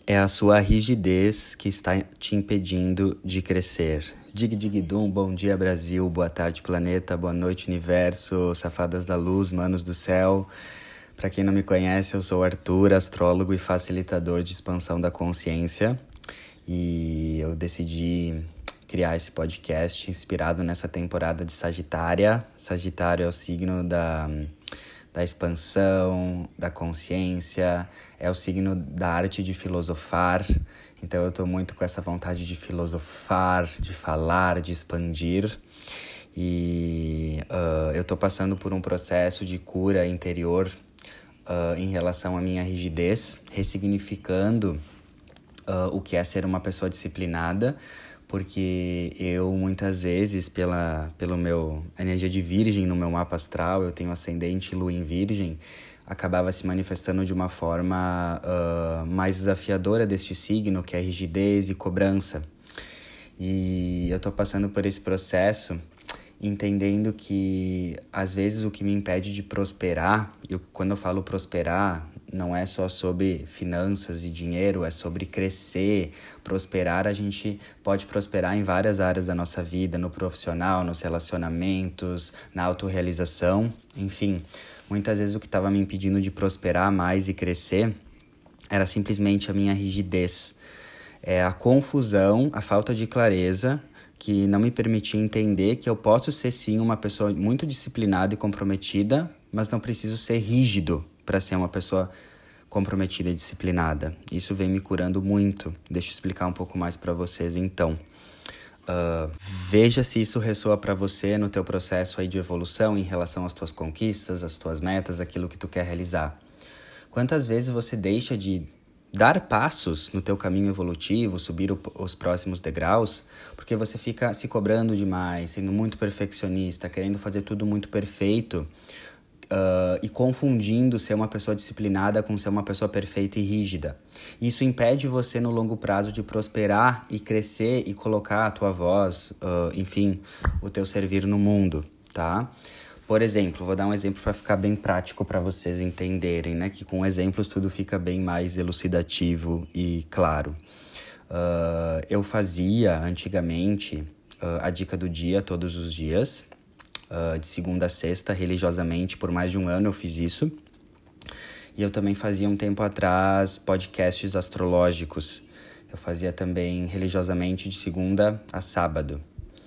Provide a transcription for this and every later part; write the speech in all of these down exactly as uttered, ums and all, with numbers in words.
É a sua rigidez que está te impedindo de crescer. Dig dig dum, bom dia Brasil, boa tarde planeta, boa noite universo, safadas da luz, manos do céu. Para quem não me conhece, eu sou o Arthur, astrólogo e facilitador de expansão da consciência. E eu decidi criar esse podcast inspirado nessa temporada de Sagitária. Sagitário é o signo da... da expansão, da consciência, é o signo da arte de filosofar. Então eu estou muito com essa vontade de filosofar, de falar, de expandir. E uh, eu estou passando por um processo de cura interior uh, em relação à minha rigidez, ressignificando uh, o que é ser uma pessoa disciplinada, porque eu, muitas vezes, pela pelo meu energia de virgem no meu mapa astral, eu tenho ascendente e lua em virgem, acabava se manifestando de uma forma uh, mais desafiadora deste signo, que é rigidez e cobrança. E eu tô passando por esse processo, entendendo que, às vezes, o que me impede de prosperar, e quando eu falo prosperar, não é só sobre finanças e dinheiro, é sobre crescer, prosperar. A gente pode prosperar em várias áreas da nossa vida, no profissional, nos relacionamentos, na autorrealização, enfim. Muitas vezes o que estava me impedindo de prosperar mais e crescer era simplesmente a minha rigidez. É a confusão, a falta de clareza que não me permitia entender que eu posso ser sim uma pessoa muito disciplinada e comprometida, mas não preciso ser rígido para ser uma pessoa comprometida e disciplinada. Isso vem me curando muito. Deixa eu explicar um pouco mais para vocês, então. Uh, veja se isso ressoa para você no teu processo aí de evolução em relação às tuas conquistas, às tuas metas, aquilo que tu quer realizar. Quantas vezes você deixa de dar passos no teu caminho evolutivo, subir o, os próximos degraus, porque você fica se cobrando demais, sendo muito perfeccionista, querendo fazer tudo muito perfeito, Uh, e confundindo ser uma pessoa disciplinada com ser uma pessoa perfeita e rígida. Isso impede você no longo prazo de prosperar e crescer e colocar a tua voz, uh, enfim, o teu servir no mundo, tá? Por exemplo, vou dar um exemplo para ficar bem prático para vocês entenderem, né? Que com exemplos tudo fica bem mais elucidativo e claro. Uh, eu fazia antigamente uh, a dica do dia todos os dias, Uh, de segunda a sexta, religiosamente, por mais de um ano eu fiz isso. E eu também fazia um tempo atrás podcasts astrológicos. Eu fazia também religiosamente de segunda a sábado.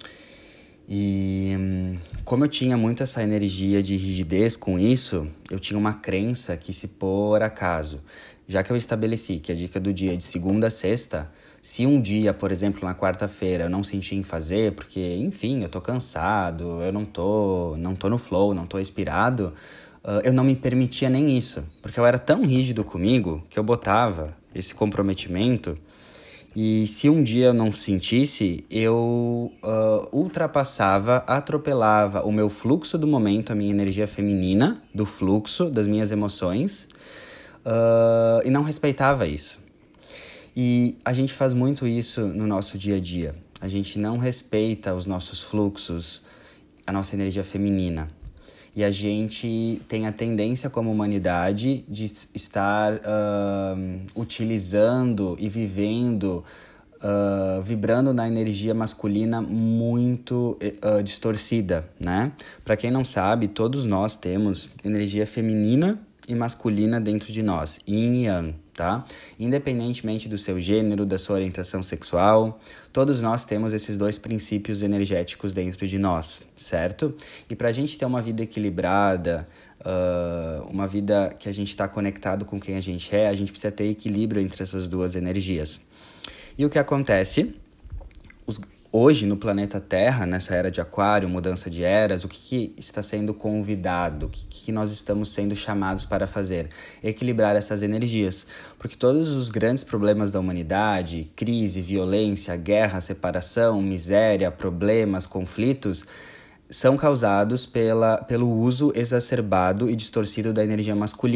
E hum, como eu tinha muito essa energia de rigidez com isso, eu tinha uma crença que, se por acaso, já que eu estabeleci que a dica do dia é de segunda a sexta, se um dia, por exemplo, na quarta-feira eu não senti em fazer, porque, enfim, eu tô cansado, eu não tô, não tô no flow, não tô inspirado, uh, eu não me permitia nem isso. Porque eu era tão rígido comigo que eu botava esse comprometimento. E se um dia eu não sentisse, eu uh, ultrapassava, atropelava o meu fluxo do momento, a minha energia feminina, do fluxo das minhas emoções, uh, e não respeitava isso. E a gente faz muito isso no nosso dia a dia. A gente não respeita os nossos fluxos, a nossa energia feminina. E a gente tem a tendência como humanidade de estar uh, utilizando e vivendo, uh, vibrando na energia masculina muito uh, distorcida, né? Para quem não sabe, todos nós temos energia feminina e masculina dentro de nós, yin e yang, tá? Independentemente do seu gênero, da sua orientação sexual, todos nós temos esses dois princípios energéticos dentro de nós, certo? E pra gente ter uma vida equilibrada, uh, uma vida que a gente está conectado com quem a gente é, a gente precisa ter equilíbrio entre essas duas energias. E o que acontece? Os Hoje, no planeta Terra, nessa era de aquário, mudança de eras, o que, que está sendo convidado? O que, que nós estamos sendo chamados para fazer? Equilibrar essas energias. Porque todos os grandes problemas da humanidade, crise, violência, guerra, separação, miséria, problemas, conflitos, são causados pela, pelo uso exacerbado e distorcido da energia masculina.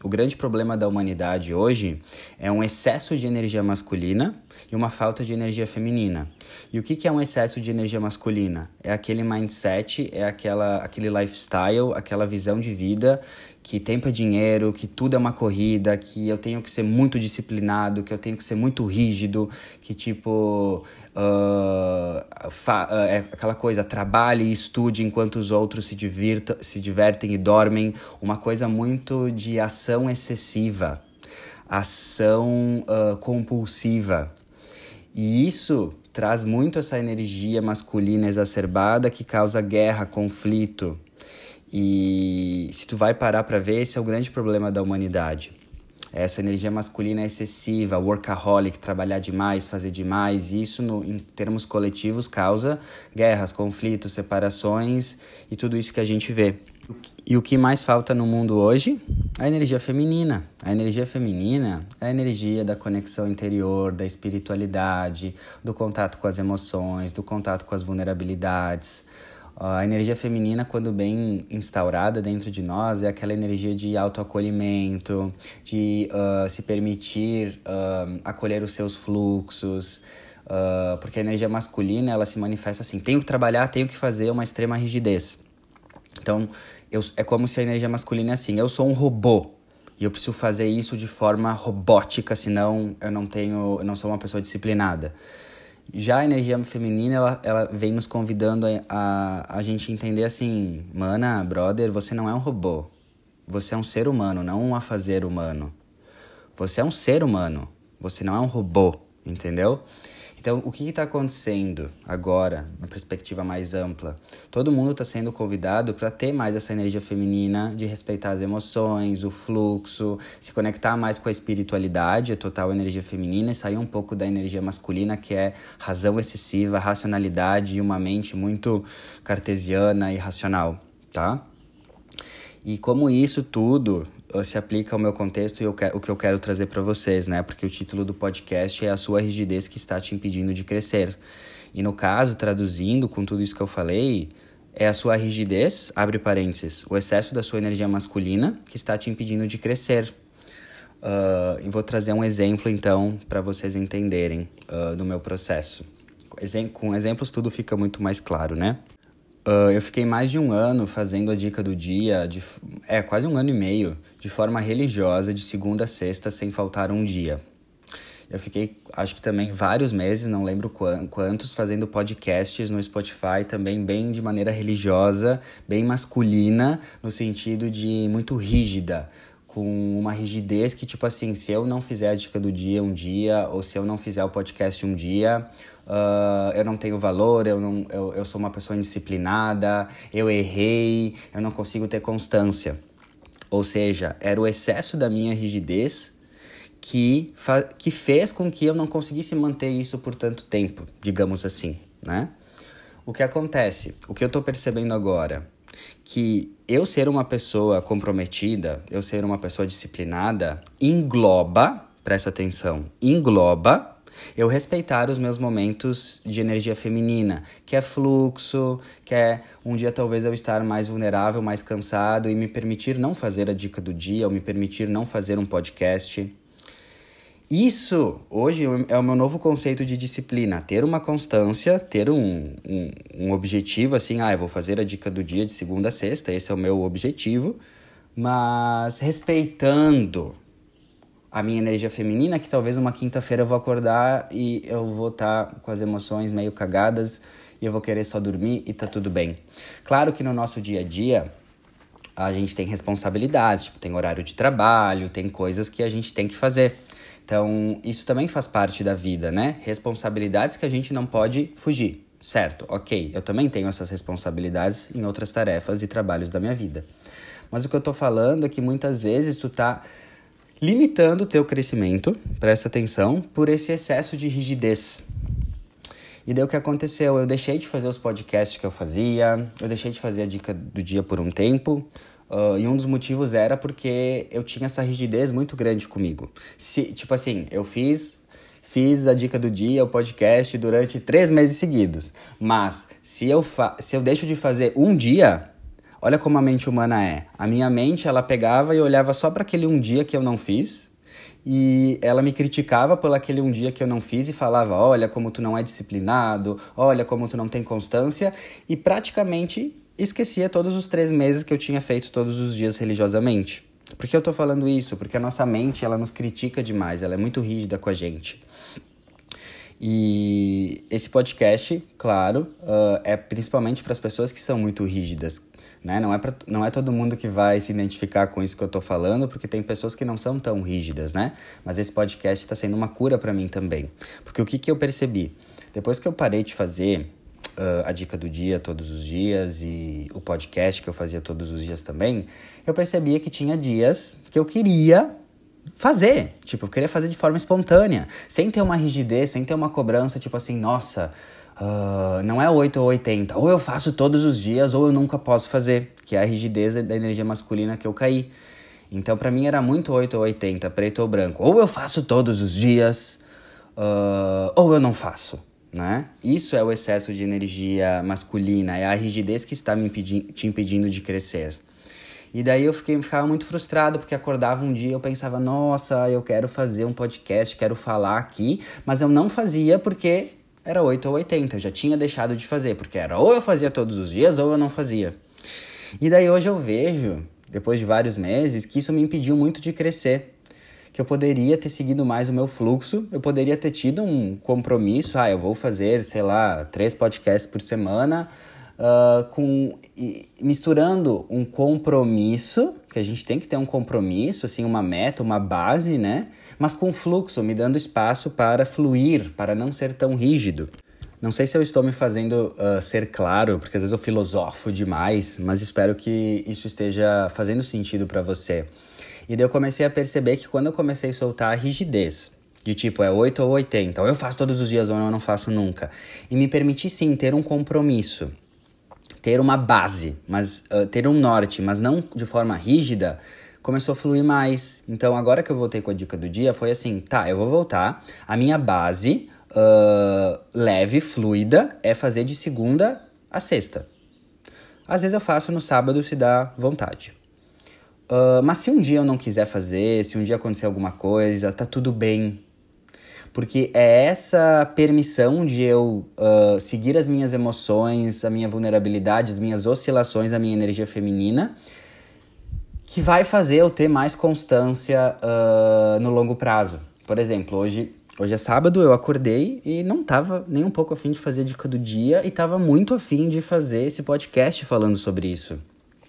O grande problema da humanidade hoje é um excesso de energia masculina e uma falta de energia feminina. E o que, que é um excesso de energia masculina? É aquele mindset, é aquela, aquele lifestyle, aquela visão de vida que tempo é dinheiro, que tudo é uma corrida, que eu tenho que ser muito disciplinado, que eu tenho que ser muito rígido, que tipo, uh, fa- uh, é aquela coisa, trabalhe e estude enquanto os outros se, divirta, se divertem e dormem, uma coisa muito de ação excessiva, ação uh, compulsiva. E isso traz muito essa energia masculina exacerbada que causa guerra, conflito. E se tu vai parar pra ver, esse é o grande problema da humanidade. Essa energia masculina excessiva, workaholic, trabalhar demais, fazer demais, isso no, em termos coletivos causa guerras, conflitos, separações e tudo isso que a gente vê. E o que mais falta no mundo hoje? A energia feminina. A energia feminina é a energia da conexão interior, da espiritualidade, do contato com as emoções, do contato com as vulnerabilidades. A energia feminina, quando bem instaurada dentro de nós, é aquela energia de autoacolhimento, de uh, se permitir uh, acolher os seus fluxos, uh, porque a energia masculina, ela se manifesta assim, tenho que trabalhar, tenho que fazer uma extrema rigidez. Então, eu, é como se a energia masculina é assim, eu sou um robô e eu preciso fazer isso de forma robótica, senão eu não tenho, eu não sou uma pessoa disciplinada. Já a energia feminina, ela, ela vem nos convidando a, a, a gente entender assim, mana, brother, você não é um robô. Você é um ser humano, não um afazer humano. Você é um ser humano, você não é um robô, entendeu? Então, o que está acontecendo agora, na perspectiva mais ampla? Todo mundo está sendo convidado para ter mais essa energia feminina, de respeitar as emoções, o fluxo, se conectar mais com a espiritualidade, a total energia feminina, e sair um pouco da energia masculina, que é razão excessiva, racionalidade e uma mente muito cartesiana e racional, tá? E como isso tudo se aplica ao meu contexto e eu que, o que eu quero trazer para vocês, né? Porque o título do podcast é A Sua Rigidez que Está Te Impedindo de Crescer. E no caso, traduzindo com tudo isso que eu falei, é a sua rigidez, abre parênteses, o excesso da sua energia masculina que está te impedindo de crescer. Uh, e vou trazer um exemplo, então, para vocês entenderem uh, do meu processo. Com exemplos tudo fica muito mais claro, né? Uh, eu fiquei mais de um ano fazendo a dica do dia, de, é, quase um ano e meio, de forma religiosa, de segunda a sexta, sem faltar um dia. Eu fiquei, acho que também vários meses, não lembro quantos, fazendo podcasts no Spotify, também bem de maneira religiosa, bem masculina, no sentido de muito rígida, com uma rigidez que, tipo assim, se eu não fizer a dica do dia um dia, ou se eu não fizer o podcast um dia, uh, eu não tenho valor, eu, não, eu, eu sou uma pessoa indisciplinada, eu errei, eu não consigo ter constância. Ou seja, era o excesso da minha rigidez que, fa- que fez com que eu não conseguisse manter isso por tanto tempo, digamos assim, né? O que acontece? O que eu tô percebendo agora? Que eu ser uma pessoa comprometida, eu ser uma pessoa disciplinada, engloba, presta atenção, engloba eu respeitar os meus momentos de energia feminina, que é fluxo, que é um dia talvez eu estar mais vulnerável, mais cansado e me permitir não fazer a dica do dia, ou me permitir não fazer um podcast. Isso, hoje, é o meu novo conceito de disciplina. Ter uma constância, ter um, um, um objetivo, assim, ah, eu vou fazer a dica do dia de segunda a sexta, esse é o meu objetivo, mas respeitando a minha energia feminina, que talvez uma quinta-feira eu vou acordar e eu vou estar com as emoções meio cagadas e eu vou querer só dormir e tá tudo bem. Claro que no nosso dia a dia, a gente tem responsabilidades, tipo, tem horário de trabalho, tem coisas que a gente tem que fazer. Então, isso também faz parte da vida, né? Responsabilidades que a gente não pode fugir, certo? Ok, eu também tenho essas responsabilidades em outras tarefas e trabalhos da minha vida. Mas o que eu tô falando é que muitas vezes tu tá limitando o teu crescimento, presta atenção, por esse excesso de rigidez. E daí o que aconteceu? Eu deixei de fazer os podcasts que eu fazia, eu deixei de fazer a dica do dia por um tempo. Uh, e um dos motivos era porque eu tinha essa rigidez muito grande comigo. Se, tipo assim, eu fiz, fiz a dica do dia, o podcast, durante três meses seguidos. Mas se eu, fa- se eu deixo de fazer um dia, Olha como a mente humana é. A minha mente, ela pegava e olhava só para aquele um dia que eu não fiz, e ela me criticava por aquele um dia que eu não fiz e falava, olha como tu não é disciplinado, olha como tu não tem constância, e praticamente esquecia todos os três meses que eu tinha feito todos os dias religiosamente. Por que eu tô falando isso? Porque a nossa mente, ela nos critica demais, ela é muito rígida com a gente. E esse podcast, claro, uh, é principalmente para as pessoas que são muito rígidas, né? Não é, pra, não é todo mundo que vai se identificar com isso que eu tô falando, porque tem pessoas que não são tão rígidas, né? Mas esse podcast está sendo uma cura para mim também. Porque o que, que eu percebi? Depois que eu parei de fazer uh, a dica do dia todos os dias e o podcast que eu fazia todos os dias também, eu percebia que tinha dias que eu queria fazer, tipo, eu queria fazer de forma espontânea, sem ter uma rigidez, sem ter uma cobrança, tipo assim, nossa, uh, não é oito ou oitenta, ou eu faço todos os dias, ou eu nunca posso fazer, que é a rigidez da energia masculina que eu caí. Então, pra mim, era muito oito ou oitenta, preto ou branco, ou eu faço todos os dias, uh, ou eu não faço, né? Isso é o excesso de energia masculina, é a rigidez que está me impedi- te impedindo de crescer. E daí eu fiquei, ficava muito frustrado, porque acordava um dia e eu pensava, nossa, eu quero fazer um podcast, quero falar aqui, mas eu não fazia porque era oito ou oitenta, eu já tinha deixado de fazer, porque era ou eu fazia todos os dias ou eu não fazia. E daí hoje eu vejo, depois de vários meses, que isso me impediu muito de crescer, que eu poderia ter seguido mais o meu fluxo, eu poderia ter tido um compromisso, ah, eu vou fazer, sei lá, três podcasts por semana, Uh, com, e, misturando um compromisso, que a gente tem que ter um compromisso, assim, uma meta, uma base, né? Mas com fluxo, me dando espaço para fluir, para não ser tão rígido. Não sei se eu estou me fazendo uh, ser claro, porque às vezes eu filosofo demais, mas espero que isso esteja fazendo sentido para você. E daí eu comecei a perceber que quando eu comecei a soltar a rigidez, de tipo, é oito ou oitenta, ou eu faço todos os dias ou eu não faço nunca, e me permitir sim ter um compromisso, ter uma base, mas uh, ter um norte, mas não de forma rígida, começou a fluir mais. Então, agora que eu voltei com a dica do dia, foi assim, tá, eu vou voltar, a minha base uh, leve, fluida, é fazer de segunda a sexta. Às vezes eu faço no sábado, se dá vontade. Uh, mas se um dia eu não quiser fazer, se um dia acontecer alguma coisa, tá tudo bem. Porque é essa permissão de eu uh, seguir as minhas emoções, a minha vulnerabilidade, as minhas oscilações, a minha energia feminina, que vai fazer eu ter mais constância uh, no longo prazo. Por exemplo, hoje, hoje é sábado, eu acordei e não tava nem um pouco afim de fazer a dica do dia e tava muito afim de fazer esse podcast falando sobre isso.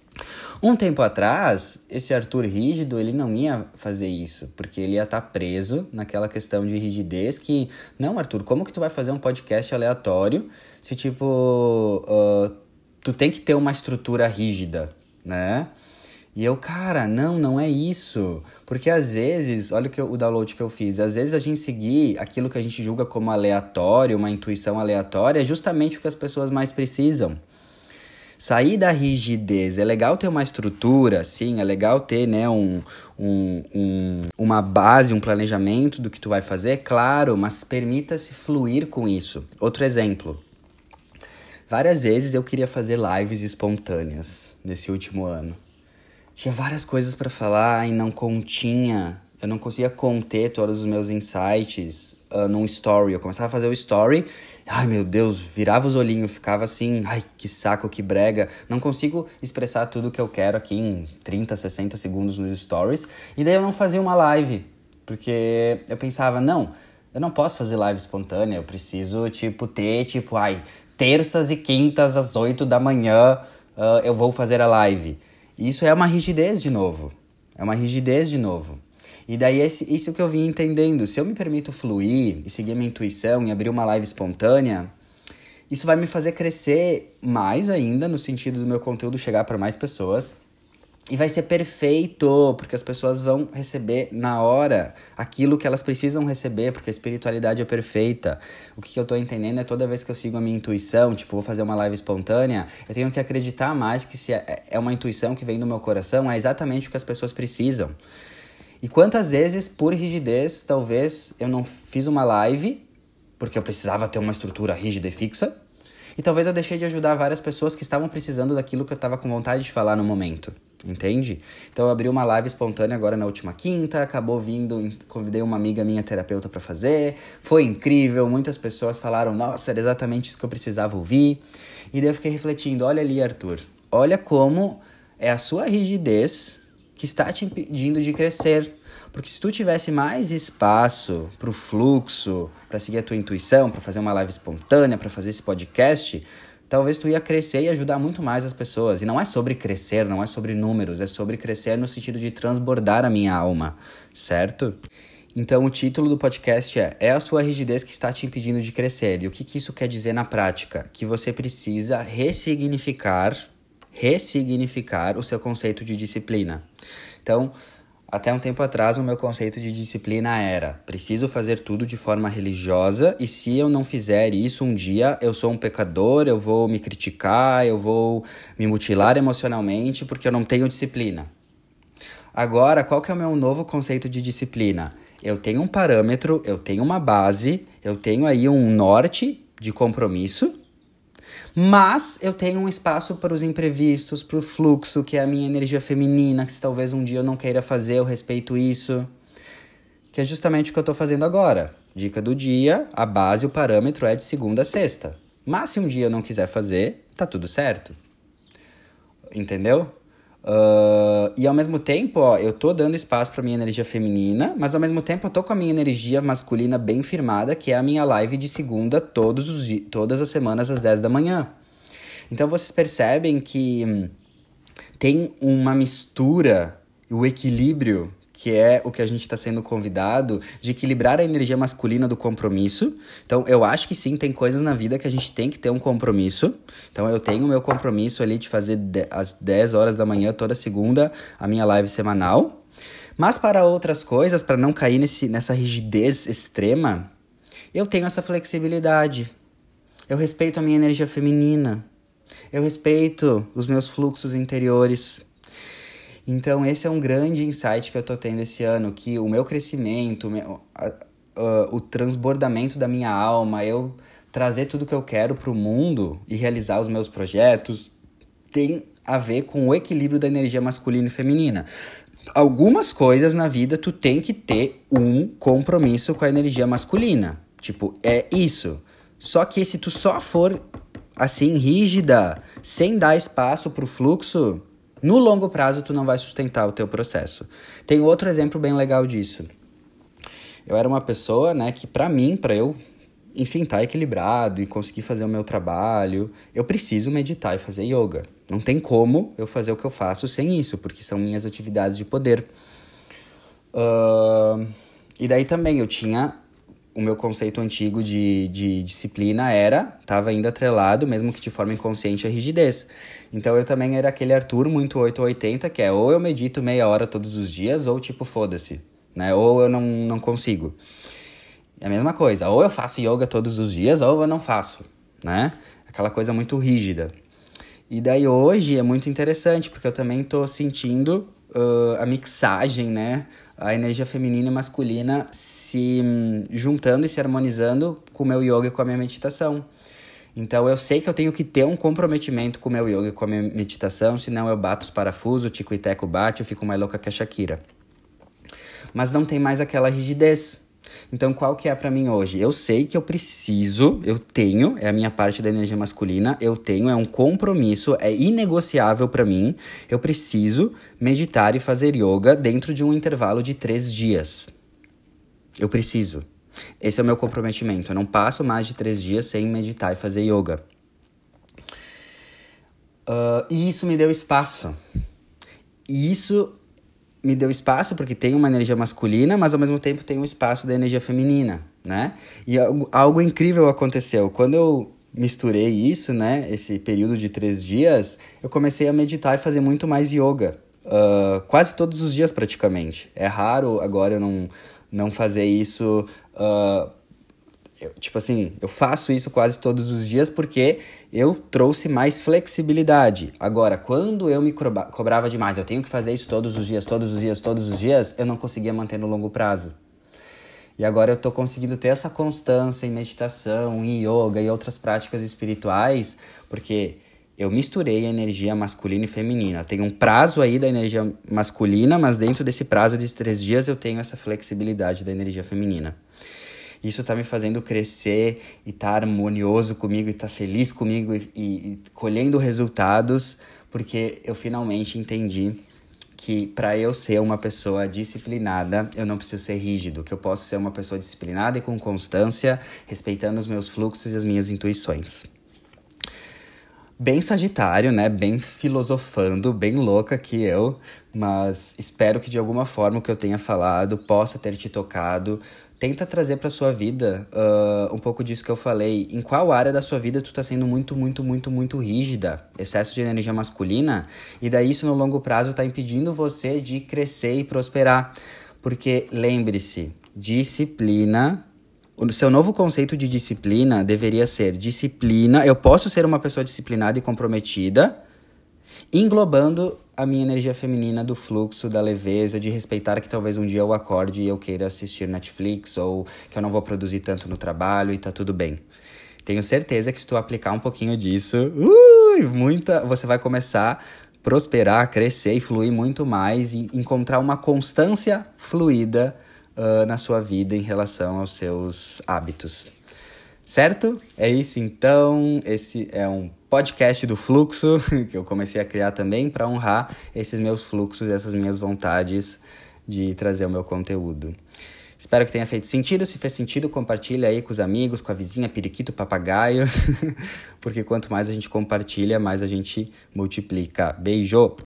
Um tempo atrás, esse Arthur rígido, ele não ia fazer isso, porque ele ia estar preso naquela questão de rigidez que, não, Arthur, como que tu vai fazer um podcast aleatório se, tipo, uh, tu tem que ter uma estrutura rígida, né? E eu, cara, não, não é isso. Porque às vezes, olha o, que eu, o download que eu fiz, às vezes a gente seguir aquilo que a gente julga como aleatório, uma intuição aleatória, é justamente o que as pessoas mais precisam. Sair da rigidez, é legal ter uma estrutura, sim, é legal ter, né, um, um, um, uma base, um planejamento do que tu vai fazer, claro, mas permita-se fluir com isso. Outro exemplo, várias vezes eu queria fazer lives espontâneas nesse último ano. Tinha várias coisas para falar e não continha, eu não conseguia conter todos os meus insights uh, num story. Eu começava a fazer o story, ai meu Deus, virava os olhinhos, ficava assim, ai que saco, que brega. Não consigo expressar tudo que eu quero aqui em trinta, sessenta segundos nos stories. E daí eu não fazia uma live, porque eu pensava, não, eu não posso fazer live espontânea, eu preciso, tipo, ter, tipo, ai, terças e quintas às oito da manhã uh, eu vou fazer a live. E isso é uma rigidez de novo, é uma rigidez de novo. E daí esse, isso que eu vim entendendo, se eu me permito fluir e seguir minha intuição e abrir uma live espontânea, isso vai me fazer crescer mais ainda no sentido do meu conteúdo chegar para mais pessoas. E vai ser perfeito, porque as pessoas vão receber na hora aquilo que elas precisam receber, porque a espiritualidade é perfeita. O que eu tô entendendo é toda vez que eu sigo a minha intuição, tipo, vou fazer uma live espontânea, eu tenho que acreditar mais que se é uma intuição que vem do meu coração, é exatamente o que as pessoas precisam. E quantas vezes, por rigidez, talvez eu não fiz uma live, porque eu precisava ter uma estrutura rígida e fixa, E talvez eu deixei de ajudar várias pessoas que estavam precisando daquilo que eu estava com vontade de falar no momento, entende? Então eu abri uma live espontânea agora na última quinta, acabou vindo, convidei uma amiga minha terapeuta para fazer, foi incrível, muitas pessoas falaram, nossa, era exatamente isso que eu precisava ouvir. E daí eu fiquei refletindo, olha ali, Arthur, olha como é a sua rigidez que está te impedindo de crescer. Porque se tu tivesse mais espaço pro fluxo, para seguir a tua intuição, para fazer uma live espontânea, para fazer esse podcast, talvez tu ia crescer e ajudar muito mais as pessoas. E não é sobre crescer, não é sobre números, é sobre crescer no sentido de transbordar a minha alma, certo? Então o título do podcast é É a sua rigidez que está te impedindo de crescer. E o que, que isso quer dizer na prática? Que você precisa ressignificar, ressignificar o seu conceito de disciplina. Então, até um tempo atrás, o meu conceito de disciplina era: preciso fazer tudo de forma religiosa e se eu não fizer isso um dia, eu sou um pecador, eu vou me criticar, eu vou me mutilar emocionalmente porque eu não tenho disciplina. Agora, qual que é o meu novo conceito de disciplina? Eu tenho um parâmetro, eu tenho uma base, eu tenho aí um norte de compromisso, mas eu tenho um espaço para os imprevistos, para o fluxo, que é a minha energia feminina, que se talvez um dia eu não queira fazer, eu respeito isso. Que é justamente o que eu estou fazendo agora. Dica do dia, a base, o parâmetro é de segunda a sexta. Mas se um dia eu não quiser fazer, tá tudo certo. Entendeu? Uh, e ao mesmo tempo, ó, eu tô dando espaço pra minha energia feminina, mas ao mesmo tempo eu tô com a minha energia masculina bem firmada, que é a minha live de segunda todos os di- todas as semanas às dez da manhã. Então vocês percebem que hum, tem uma mistura, o equilíbrio, que é o que a gente está sendo convidado, de equilibrar a energia masculina do compromisso. Então, eu acho que sim, tem coisas na vida que a gente tem que ter um compromisso. Então, eu tenho o meu compromisso ali de fazer de- às dez horas da manhã, toda segunda, a minha live semanal. Mas para outras coisas, para não cair nesse, nessa rigidez extrema, eu tenho essa flexibilidade. Eu respeito a minha energia feminina. Eu respeito os meus fluxos interiores. Então, esse é um grande insight que eu tô tendo esse ano, que o meu crescimento, o, meu, a, a, o transbordamento da minha alma, eu trazer tudo que eu quero pro mundo e realizar os meus projetos, tem a ver com o equilíbrio da energia masculina e feminina. Algumas coisas na vida tu tem que ter um compromisso com a energia masculina. Tipo, é isso. Só que se tu só for assim, rígida, sem dar espaço pro fluxo, no longo prazo tu não vai sustentar o teu processo. Tem outro exemplo bem legal disso. Eu era uma pessoa, né, que pra mim, pra eu, enfim, tá equilibrado e conseguir fazer o meu trabalho, eu preciso meditar e fazer yoga. Não tem como eu fazer o que eu faço sem isso, porque são minhas atividades de poder. Uh, e daí também eu tinha... O meu conceito antigo de, de disciplina era, estava ainda atrelado, mesmo que de forma inconsciente, a rigidez. Então eu também era aquele Arthur muito oito ou oitenta, que é ou eu medito meia hora todos os dias, ou tipo, foda-se, né? Ou eu não, não consigo. É a mesma coisa, ou eu faço yoga todos os dias, ou eu não faço, né? Aquela coisa muito rígida. E daí hoje é muito interessante, porque eu também tô sentindo uh, a mixagem, né? A energia feminina e masculina se hum, juntando e se harmonizando com o meu yoga e com a minha meditação. Então eu sei que eu tenho que ter um comprometimento com o meu yoga e com a minha meditação, senão eu bato os parafusos, o tico e teco bate, eu fico mais louca que a Shakira. Mas não tem mais aquela rigidez. Então qual que é pra mim hoje? Eu sei que eu preciso, eu tenho, é a minha parte da energia masculina, eu tenho, é um compromisso, é inegociável pra mim, eu preciso meditar e fazer yoga dentro de um intervalo de três dias. Eu preciso. Esse é o meu comprometimento, eu não passo mais de três dias sem meditar e fazer yoga. Uh, e isso me deu espaço. E isso... me deu espaço porque tem uma energia masculina, mas ao mesmo tempo tem um espaço da energia feminina, né? E algo, algo incrível aconteceu. Quando eu misturei isso, né? Esse período de três dias, eu comecei a meditar e fazer muito mais yoga. Uh, quase todos os dias, praticamente. É raro agora eu não, não fazer isso... Uh, eu, tipo assim, eu faço isso quase todos os dias porque eu trouxe mais flexibilidade. Agora, quando eu me cobra- cobrava demais, eu tenho que fazer isso todos os dias, todos os dias, todos os dias, eu não conseguia manter no longo prazo. E agora eu tô conseguindo ter essa constância em meditação, em yoga e outras práticas espirituais, porque eu misturei a energia masculina e feminina. Tem um prazo aí da energia masculina, mas dentro desse prazo de três dias eu tenho essa flexibilidade da energia feminina. Isso tá me fazendo crescer e tá harmonioso comigo e tá feliz comigo e, e, e colhendo resultados, porque eu finalmente entendi que para eu ser uma pessoa disciplinada, eu não preciso ser rígido, que eu posso ser uma pessoa disciplinada e com constância, respeitando os meus fluxos e as minhas intuições. Bem sagitário, né? Bem filosofando, bem louca que eu, mas espero que de alguma forma o que eu tenha falado possa ter te tocado. Tenta trazer pra sua vida uh, um pouco disso que eu falei. Em qual área da sua vida tu tá sendo muito, muito, muito, muito rígida? Excesso de energia masculina? E daí isso no longo prazo tá impedindo você de crescer e prosperar. Porque lembre-se, disciplina... O seu novo conceito de disciplina deveria ser disciplina. Eu posso ser uma pessoa disciplinada e comprometida, englobando a minha energia feminina do fluxo, da leveza, de respeitar que talvez um dia eu acorde e eu queira assistir Netflix, ou que eu não vou produzir tanto no trabalho e tá tudo bem. Tenho certeza que se tu aplicar um pouquinho disso, ui, muita, você vai começar a prosperar, crescer e fluir muito mais e encontrar uma constância fluida Uh, na sua vida em relação aos seus hábitos. Certo? É isso então. Esse é um podcast do fluxo que eu comecei a criar também para honrar esses meus fluxos e essas minhas vontades de trazer o meu conteúdo. Espero que tenha feito sentido. Se fez sentido, compartilha aí com os amigos, com a vizinha, periquito, papagaio, porque quanto mais a gente compartilha, mais a gente multiplica. Beijo!